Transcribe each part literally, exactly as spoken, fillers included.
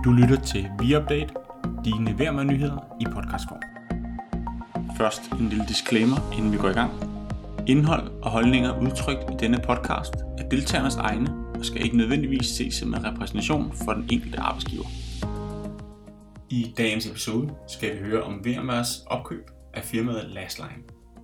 Du lytter til ViaUpdate, dine vejrnyheder i podcastform. Først en lille disclaimer, inden vi går i gang. Indhold og holdninger udtrykt i denne podcast er deltagernes egne og skal ikke nødvendigvis ses som en repræsentation for den enkelte arbejdsgiver. I dagens episode skal vi høre om VMWares opkøb af firmaet Lastline.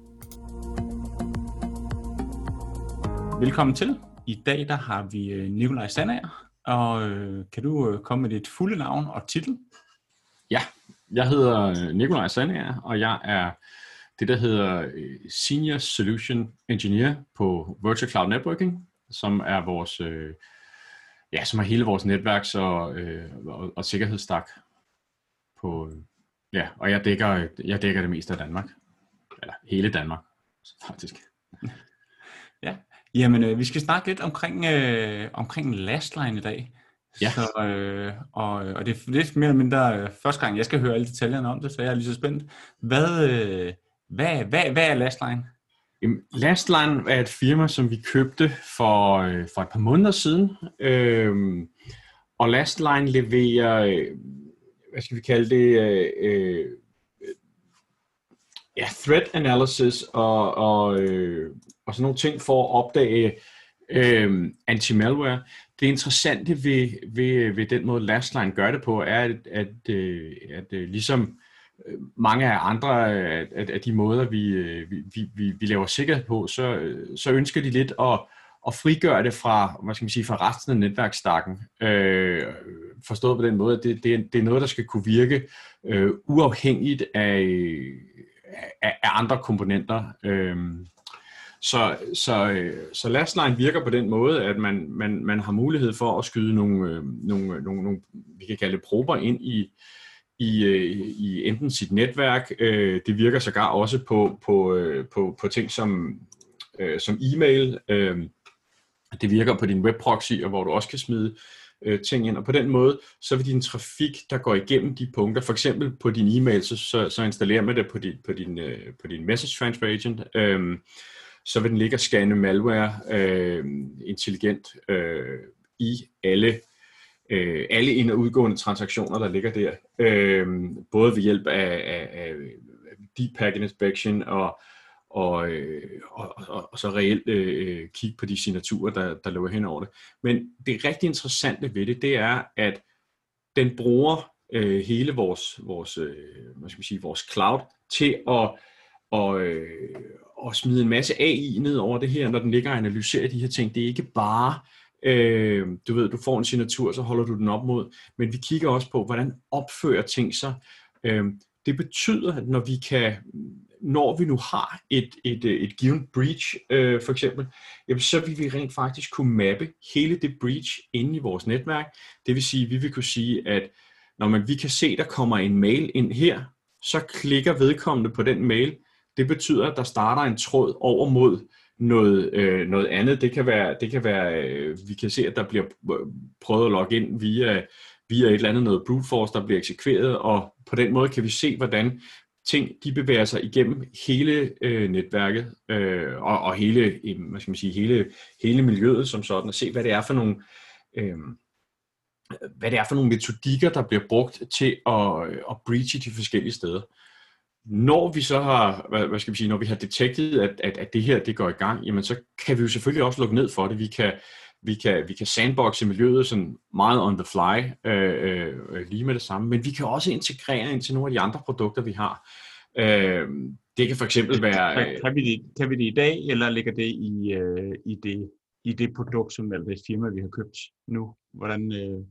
Velkommen til. I dag der har vi Nikolaj Sandager, og øh, kan du øh, komme med dit fulde navn og titel? Ja, jeg hedder Nikolaj Sandager, og jeg er det, der hedder Senior Solution Engineer på Virtual Cloud Networking, som er vores, øh, ja, som er hele vores netværks- og, øh, og, og sikkerhedsstak på, ja, og jeg dækker, jeg dækker det meste af Danmark, eller hele Danmark, faktisk. Ja. Jamen, øh, vi skal snakke lidt omkring, øh, omkring Lastline i dag. Ja. Så, øh, og, og det er lidt mere eller mindre øh, første gang, jeg skal høre alle detaljerne om det, så jeg er lige så spændt. Hvad, øh, hvad, hvad, hvad er Lastline? Jamen, Lastline er et firma, som vi købte for, øh, for et par måneder siden. Øhm, og Lastline leverer, øh, hvad skal vi kalde det, øh, øh, ja, threat analysis og, og, øh, og sådan nogle ting for at opdage øh, anti-malware. Det interessante ved, ved, ved den måde Lastline gør det på, er, at, at, at, at ligesom mange af andre af, af de måder, vi, vi, vi, vi laver sikkerhed på, så, så ønsker de lidt at, at frigøre det fra, hvad skal man sige, fra resten af netværksstakken. Øh, forstået på den måde, at det, det, det er noget, der skal kunne virke øh, uafhængigt af, af, af andre komponenter. Øh, Så, så, så Lastline virker på den måde, at man, man, man har mulighed for at skyde nogle, nogle, nogle, nogle vi kan kalde det prober ind i, i, i enten sit netværk. Det virker sågar også på, på, på, på ting som, som e-mail. Det virker på din webproxy, hvor du også kan smide ting ind. Og på den måde, så vil din trafik, der går igennem de punkter, for eksempel på din e-mail, så, så, så installerer man det på din, på din, på din message transfer agent. Så vil den ligge og scanne malware øh, intelligent øh, i alle, øh, alle ind- og udgående transaktioner, der ligger der. Øh, både ved hjælp af, af, af deep packet inspection og, og, øh, og, og, og så reelt øh, kigge på de signaturer, der, der løber hen over det. Men det rigtig interessante ved det, det er, at den bruger øh, hele vores, vores, øh, hvad skal man sige, vores cloud til at og, øh, og smide en masse A I ned over det her, når den ligger og analyserer de her ting. Det er ikke bare, øh, du ved, du får en signatur, så holder du den op mod, men vi kigger også på, hvordan opfører ting sig. Øh, det betyder, at når vi kan, når vi nu har et, et, et given breach, øh, for eksempel, jamen, så vil vi rent faktisk kunne mappe hele det breach inde i vores netværk. Det vil sige, at vi vil kunne sige, at når man, vi kan se, der kommer en mail ind her, så klikker vedkommende på den mail. Det betyder, at der starter en tråd over mod noget, øh, noget andet. Det kan være, det kan være øh, vi kan se, at der bliver prøvet at logge ind via, via et eller andet noget brute force, der bliver eksekveret, og på den måde kan vi se, hvordan ting de bevæger sig igennem hele øh, netværket øh, og, og hele, hvad skal man sige, hele, hele miljøet som sådan, og se, hvad det er for nogle øh, hvad det er for nogle metodikker, der bliver brugt til at, at breache de forskellige steder. Når vi så har, hvad, hvad skal vi sige, når vi har detektet, at, at, at det her det går i gang, jamen så kan vi jo selvfølgelig også lukke ned for det. Vi kan, vi kan, vi kan sandboxe miljøet sådan meget on the fly, øh, øh, lige med det samme, men vi kan også integrere ind til nogle af de andre produkter, vi har. Øh, det kan for eksempel være... Kan, kan, vi det, kan vi det i dag, eller ligger det i, øh, i, det, i det produkt, som eller det firma, vi har købt nu? Hvordan... Øh...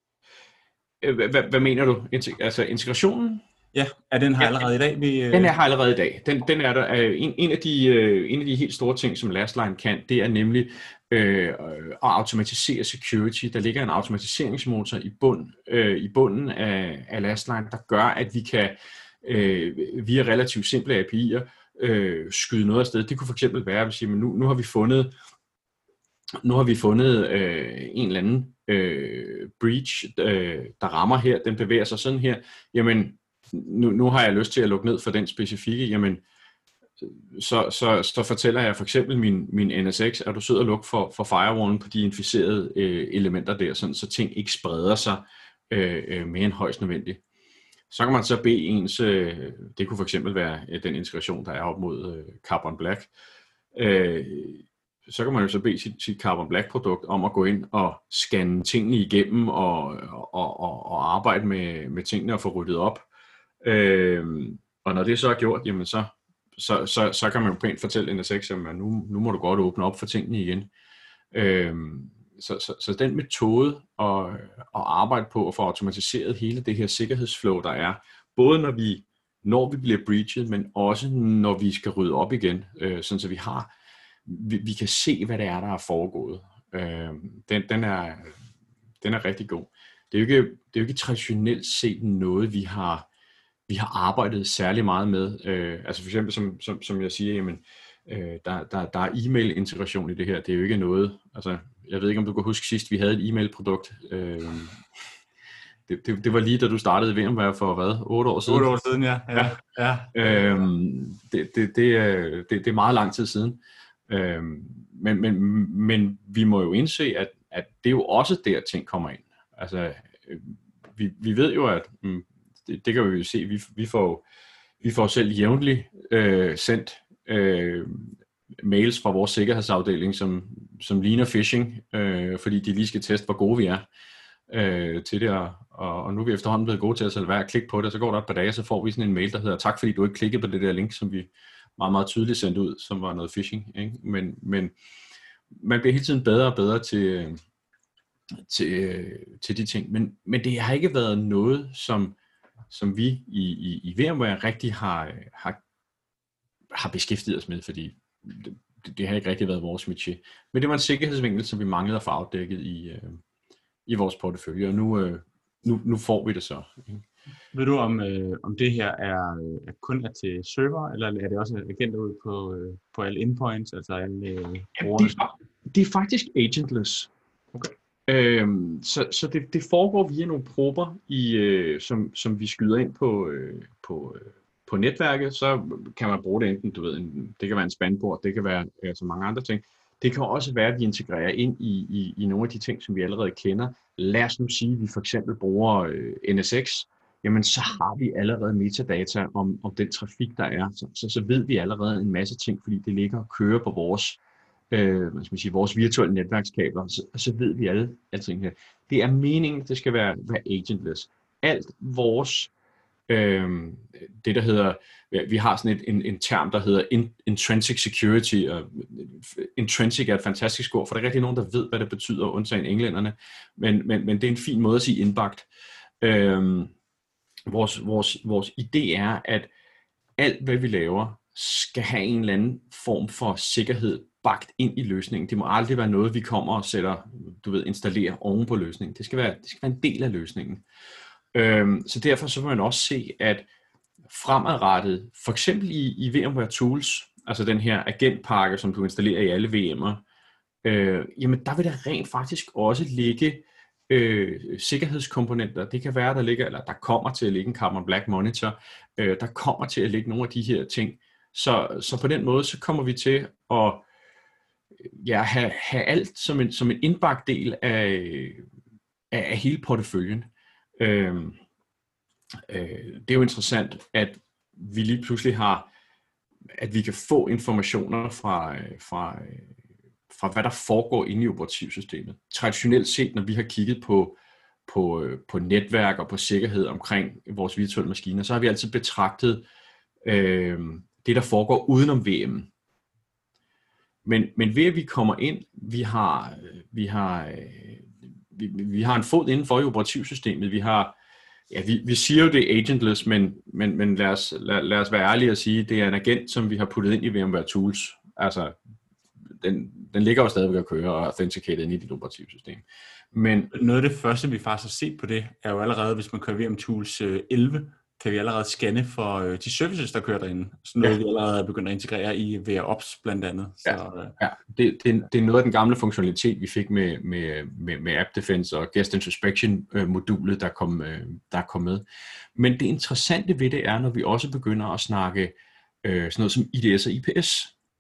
Hvad, hvad mener du? Altså integrationen? Ja, er den her allerede i dag? Vi, øh... Den er her allerede i dag. Den, den er der, en, en, af de, en af de helt store ting, som Lastline kan, det er nemlig øh, at automatisere security. Der ligger en automatiseringsmotor i, bund, øh, i bunden af, af Lastline, der gør, at vi kan øh, via relativt simple A P I'er øh, skyde noget afsted. Det kunne for eksempel være, at sige, nu, nu har vi fundet, nu har vi fundet øh, en eller anden øh, breach, øh, der rammer her. Den bevæger sig sådan her. Jamen, Nu, nu har jeg lyst til at lukke ned for den specifikke, jamen, så, så, så fortæller jeg for eksempel min, min N S X, at du sidder og lukker for, for firewallen på de inficerede øh, elementer der, sådan, så ting ikke spreder sig øh, øh, mere end højst nødvendigt. Så kan man så bede ens, øh, det kunne for eksempel være øh, den integration, der er op mod øh, Carbon Black, øh, så kan man jo så bede sit, sit Carbon Black produkt om at gå ind og scanne tingene igennem og, og, og, og arbejde med, med tingene og få ryddet op. Øh, og når det så er gjort, jamen så, så, så, så kan man jo pænt fortælle N S X, at nu, nu må du godt åbne op for tingene igen. Øh, så, så, så den metode at, at arbejde på at få automatiseret hele det her sikkerhedsflow, der er, både når vi, når vi bliver breachet, men også når vi skal rydde op igen, øh, sådan så vi har Vi, vi kan se, hvad det er, der er foregået. Øh, den, den, er, den er rigtig god. Det er jo ikke, det er jo ikke traditionelt set noget, vi har, vi har arbejdet særlig meget med. Øh, altså for eksempel, som, som, som jeg siger, jamen, øh, der, der, der er e-mail-integration i det her. Det er jo ikke noget, altså, jeg ved ikke, om du kan huske sidst, vi havde et e-mail-produkt. Øh, det, det, det var lige, da du startede VMware for hvad? otte år siden? otte år siden, ja. ja. ja. ja. Øh, det, det, det, er, det, det er meget lang tid siden. Øhm, men, men, men vi må jo indse, at, at det er jo også der, ting kommer ind. Altså, øh, vi, vi ved jo, at mm, det, det kan vi jo se, vi, vi, får, vi får selv jævnligt øh, sendt øh, mails fra vores sikkerhedsafdeling, som, som ligner phishing, øh, fordi de lige skal teste, hvor gode vi er øh, til det, og, og nu er vi efterhånden blevet gode til at selv være klikke på det, så går der et par dage, så får vi sådan en mail, der hedder, tak fordi du ikke klikkede på det der link, som vi meget, meget tydeligt sendt ud, som var noget phishing, ikke? Men, men man bliver hele tiden bedre og bedre til, til, til de ting. Men, men det har ikke været noget, som, som vi i, i, i VMware rigtig har, har, har beskæftiget os med, fordi det, det har ikke rigtig været vores métier. Men det var en sikkerhedsvinkel, som vi manglede at få afdækket i, i vores portefølje, og nu, nu, nu får vi det så. Ikke? Ved du, om, øh, om det her er, er kun er til server, eller er det også agenter ud på, øh, på alle endpoints, altså alle øh, brugerne? Det er, det er faktisk agentless. Okay. Øhm, så så det, det foregår via nogle prober, i, øh, som, som vi skyder ind på, øh, på, øh, på netværket. Så kan man bruge det enten, du ved, en, det kan være en spandport, det kan være altså mange andre ting. Det kan også være, at vi integrerer ind i, i, i nogle af de ting, som vi allerede kender. Lad os nu sige, at vi for eksempel bruger øh, N S X, jamen så har vi allerede metadata om, om den trafik, der er. Så, så, så ved vi allerede en masse ting, fordi det ligger og kører på vores, øh, hvad skal man sige, vores virtuelle netværkskabler. Så, så ved vi alle, alle ting her. Det er meningen, det skal være, være agentless. Alt vores, øh, det der hedder, vi har sådan et, en, en term, der hedder in, intrinsic security. Og intrinsic er et fantastisk ord, for der er rigtig nogen, der ved, hvad det betyder, undtagen englænderne. Men, men, men det er en fin måde at sige indbagt. Øh, Vores, vores, vores idé er, at alt hvad vi laver, skal have en eller anden form for sikkerhed bagt ind i løsningen. Det må aldrig være noget, vi kommer og sætter, du ved, installerer oven på løsningen. Det skal være, det skal være en del af løsningen. Øhm, så derfor så må man også se, at fremadrettet, for eksempel i, i VMware Tools, altså den her agentpakke, som du installerer i alle V M'er, øh, jamen der vil der rent faktisk også ligge Øh, sikkerhedskomponenter. Det kan være, der ligger, eller der kommer til at ligge en Carbon Black Monitor, øh, der kommer til at ligge nogle af de her ting. Så, så på den måde, så kommer vi til at ja, have, have alt som en, som en indbagt del af, af, af hele porteføljen. Øh, øh, det er jo interessant, at vi lige pludselig har, at vi kan få informationer fra, fra fra hvad der foregår inde i operativsystemet. Traditionelt set, når vi har kigget på, på, på netværk og på sikkerhed omkring vores virtuelle maskiner, så har vi altid betragtet øh, det, der foregår udenom V M'en. Men, men ved at vi kommer ind, vi har, vi har, vi, vi har en fod inden for i operativsystemet. Vi har, ja, vi, vi siger jo, det er agentless, men, men, men lad, os, lad, lad os være ærlige og sige, det er en agent, som vi har puttet ind i VMware Tools. Altså, Den, den ligger jo stadigvæk at køre og authenticated ind i dit operativsystem. Men noget af det første, vi faktisk har set på det, er jo allerede, hvis man kører V M Tools elleve, kan vi allerede scanne for de services, der kører derinde. Så noget, ja. vi allerede er begyndt at integrere i V R Ops blandt andet. Så, ja, ja. Det, det, det er noget af den gamle funktionalitet, vi fik med, med, med, med App Defense og Guest Introspection-modulet, der kom, der kom med. Men det interessante ved det er, når vi også begynder at snakke øh, sådan noget som I D S og I P S,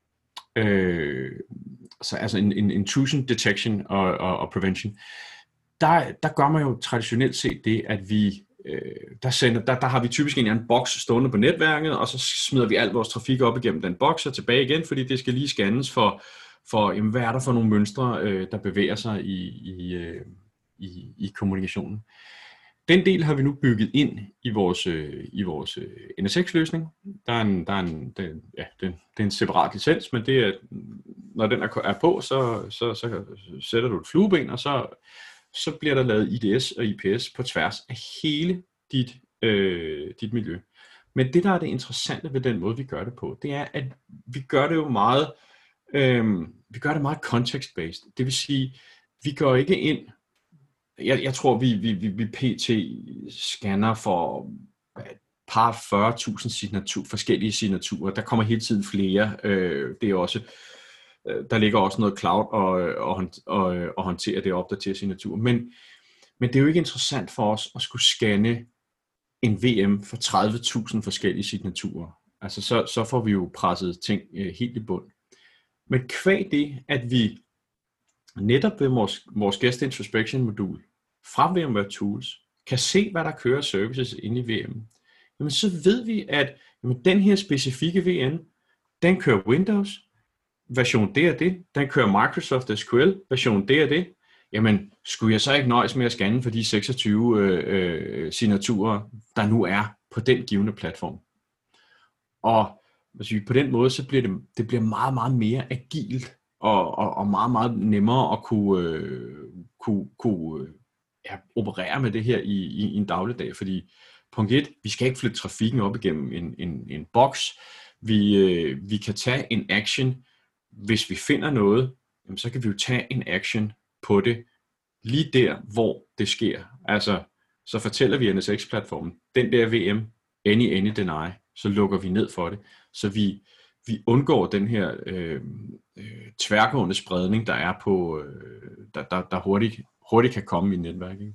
Øh, så altså en, en intrusion detection og, og, og prevention. der, der gør man jo traditionelt set det, at vi, øh, der, sender, der, der har vi typisk en eller anden boks stående på netværket, og så smider vi al vores trafik op igennem den boks og tilbage igen, fordi det skal lige scannes for, for jamen, hvad er der for nogle mønstre, øh, der bevæger sig i, i, øh, i, i kommunikationen. Den del har vi nu bygget ind i vores, øh, i vores øh, N S X-løsning. Der er en, der er en, det, ja, det, det er en separat licens, men det er, når den er, er på, så, så, så sætter du et flueben, og så, så bliver der lavet I D S og I P S på tværs af hele dit, øh, dit miljø. Men det, der er det interessante ved den måde, vi gør det på, det er, at vi gør det jo meget, øh, vi gør det meget context-based. Det vil sige, vi går ikke ind. Jeg, jeg tror, vi, vi, vi, vi P T scanner for et par fyrre tusind signatur, forskellige signaturer. Der kommer hele tiden flere. Øh, det er også, øh, der ligger også noget cloud og, og, og, og håndtere det og opdatere signaturer. Men, men det er jo ikke interessant for os at skulle scanne en V M for tredive tusind forskellige signaturer. Altså så, så får vi jo presset ting øh, helt i bund. Men kvad det, at vi netop ved vores, vores guest introspection modul fra VMware Tools kan se, hvad der kører services inde i V M'en, jamen så ved vi, at jamen, den her specifikke V M, den kører Windows, version det er det, den kører Microsoft S Q L, version det er det, jamen skulle jeg så ikke nøjes med at scanne for de seksogtyve øh, øh, signaturer, der nu er på den givne platform. Og altså, på den måde, så bliver det, det bliver meget, meget mere agilt, Og, og, og meget, meget nemmere at kunne, øh, kunne, kunne ja, operere med det her i, i, i en dagligdag. Fordi punkt et, vi skal ikke flytte trafikken op igennem en, en, en boks. Vi, øh, vi kan tage en action, hvis vi finder noget, jamen, så kan vi jo tage en action på det lige der, hvor det sker. Altså, så fortæller vi N S X-platformen, den der V M, any, any, deny, så lukker vi ned for det. Så vi vi undgår den her øh, øh, tværgående spredning, der er på, øh, der, der, der hurtigt, hurtigt kan komme i netværket.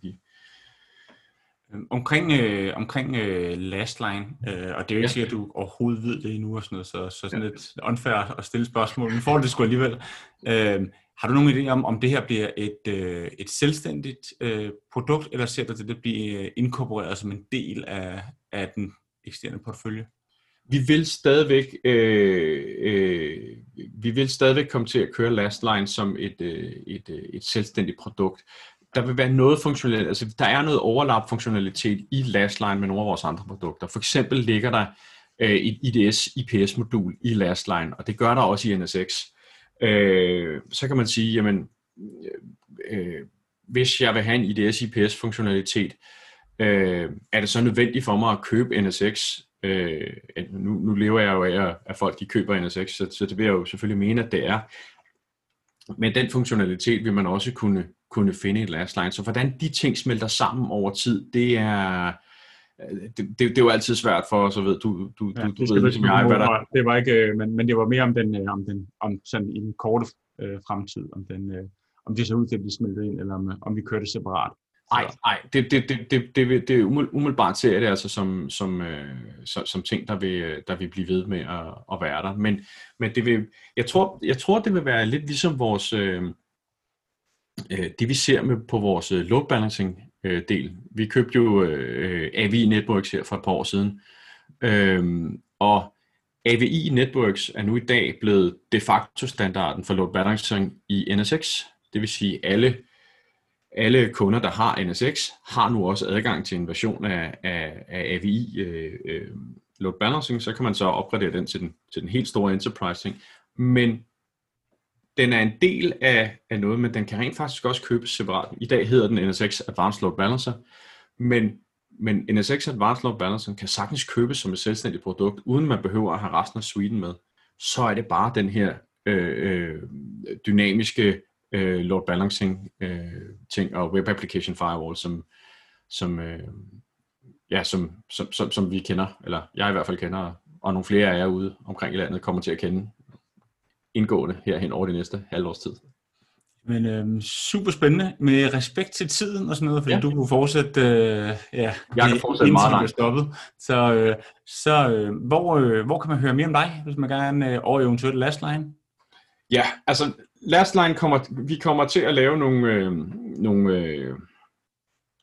Omkring, øh, omkring øh, lastline, øh, og det er jo ikke ja. sikkert, at du overhovedet ved det endnu, og sådan noget, så, så sådan ja. lidt unfair at stille spørgsmål, men får det sgu alligevel. Øh, har du nogen idé om, om det her bliver et, øh, et selvstændigt øh, produkt, eller ser du det, det bliver inkorporeret som en del af, af den eksisterende portefølje? Vi vil stadigvæk, øh, øh, vi vil stadigvæk komme til at køre Lastline som et, øh, et, øh, et selvstændigt produkt. Der vil være noget funktionalitet, altså der er noget overlap-funktionalitet i Lastline med nogle af vores andre produkter. For eksempel ligger der øh, et I D S I P S-modul i Lastline, og det gør der også i N S X. Øh, så kan man sige, jamen, øh, hvis jeg vil have en I D S I P S-funktionalitet, øh, er det så nødvendigt for mig at købe N S X? Øh, nu, nu lever jeg jo af, at folk de køber N S X, så, så det vil jeg jo selvfølgelig mene, at det er. Men den funktionalitet vil man også kunne, kunne finde i Lastline. Så hvordan de ting smelter sammen over tid, det er, det, det, det er jo altid svært for os, og ved du, du, ja, du, du ved ligesom jeg, hvad der... Det var ikke, men, men det var mere om den, om den, om sådan i den korte øh, fremtid, om den, øh, om det så ud til at blive smeltet ind, eller om, om vi kører det separat. Nej, nej, det, det, det, det, det, det er umiddelbart ser det altså som, som, øh, som, som ting, der vil, der vil blive ved med at, at være der. Men, men det vil, jeg, tror, jeg tror, det vil være lidt ligesom vores, øh, det vi ser med på vores load balancing øh, del. Vi købte jo øh, A V I Networks her for et par år siden, øh, og A V I Networks er nu i dag blevet de facto standarden for load balancing i N S X. Det vil sige, alle Alle kunder, der har N S X, har nu også adgang til en version af, af, af A V I øh, øh, load balancing. Så kan man så opgradere den til den, til den helt store enterprise ting. Men den er en del af, af noget, men den kan rent faktisk også købes separat. I dag hedder den N S X Advanced Load Balancer, men, men N S X Advanced Load Balancer kan sagtens købes som et selvstændigt produkt, uden man behøver at have resten af suiten med. Så er det bare den her øh, øh, dynamiske Uh, load balancing uh, ting og web application firewall, som som uh, ja som, som som som vi kender, eller jeg i hvert fald kender, og nogle flere af jer ude omkring i landet kommer til at kende indgående her hen over det næste halvårs tid. Men øhm, super spændende med respekt til tiden og sådan noget, fordi ja. du kunne fortsætte øh, ja, jeg kan fortsætte meget langt stoppet. Så øh, så øh, hvor øh, hvor kan man høre mere om dig, hvis man gerne øh, over eventuelt Lastline? Ja, altså Lastline kommer, vi kommer til at lave nogle, øh, nogle, øh,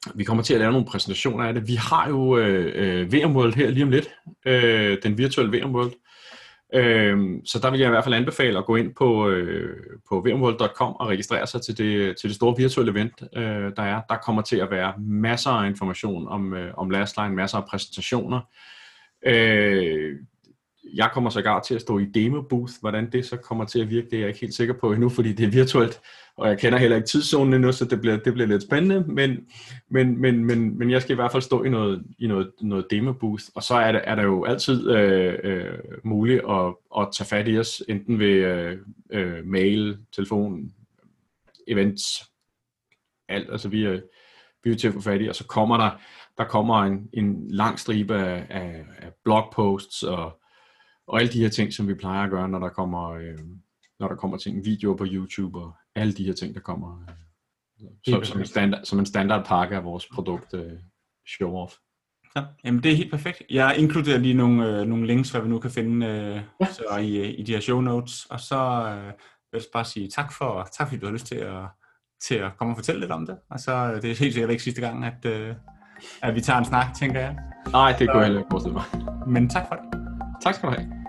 vi kommer til at lave nogle præsentationer af det. Vi har jo øh, VMworld her lige om lidt, øh, den virtuelle VMworld. Øh, så der vil jeg i hvert fald anbefale at gå ind på, øh, på v m world punktum com og registrere sig til det, til det store virtuelle event, øh, der er. Der kommer til at være masser af information om, øh, om Lastline, masser af præsentationer. Øh, Jeg kommer sågar til at stå i demo-booth. Hvordan det så kommer til at virke, det er jeg ikke helt sikker på endnu, fordi det er virtuelt, og jeg kender heller ikke tidszonen endnu, så det bliver, det bliver lidt spændende, men, men, men, men, men jeg skal i hvert fald stå i noget, i noget, noget demo-booth, og så er det, er det jo altid øh, øh, muligt at, at tage fat i os, enten ved øh, øh, mail, telefon, events, alt, altså vi er, vi er til at få fat i, og så kommer der, der kommer en, en lang stribe af, af, af blogposts og Og alle de her ting, som vi plejer at gøre, når der kommer, øh, når der kommer ting, videoer på YouTube og alle de her ting, der kommer øh, så, som, en standard, som en standardpakke af vores produkt øh, show-off. Ja, jamen det er helt perfekt. Jeg inkluderer lige nogle, øh, nogle links, hvad vi nu kan finde øh, ja. så i, i de her show notes, og så øh, vil jeg bare sige tak for, tak fordi du har lyst til at, til at komme og fortælle lidt om det, og så øh, det er helt sikkert ikke sidste gang, at, øh, at vi tager en snak, tænker jeg. Nej, det kunne jeg heller ikke forestille mig. Men tak for det. Tak skal du have.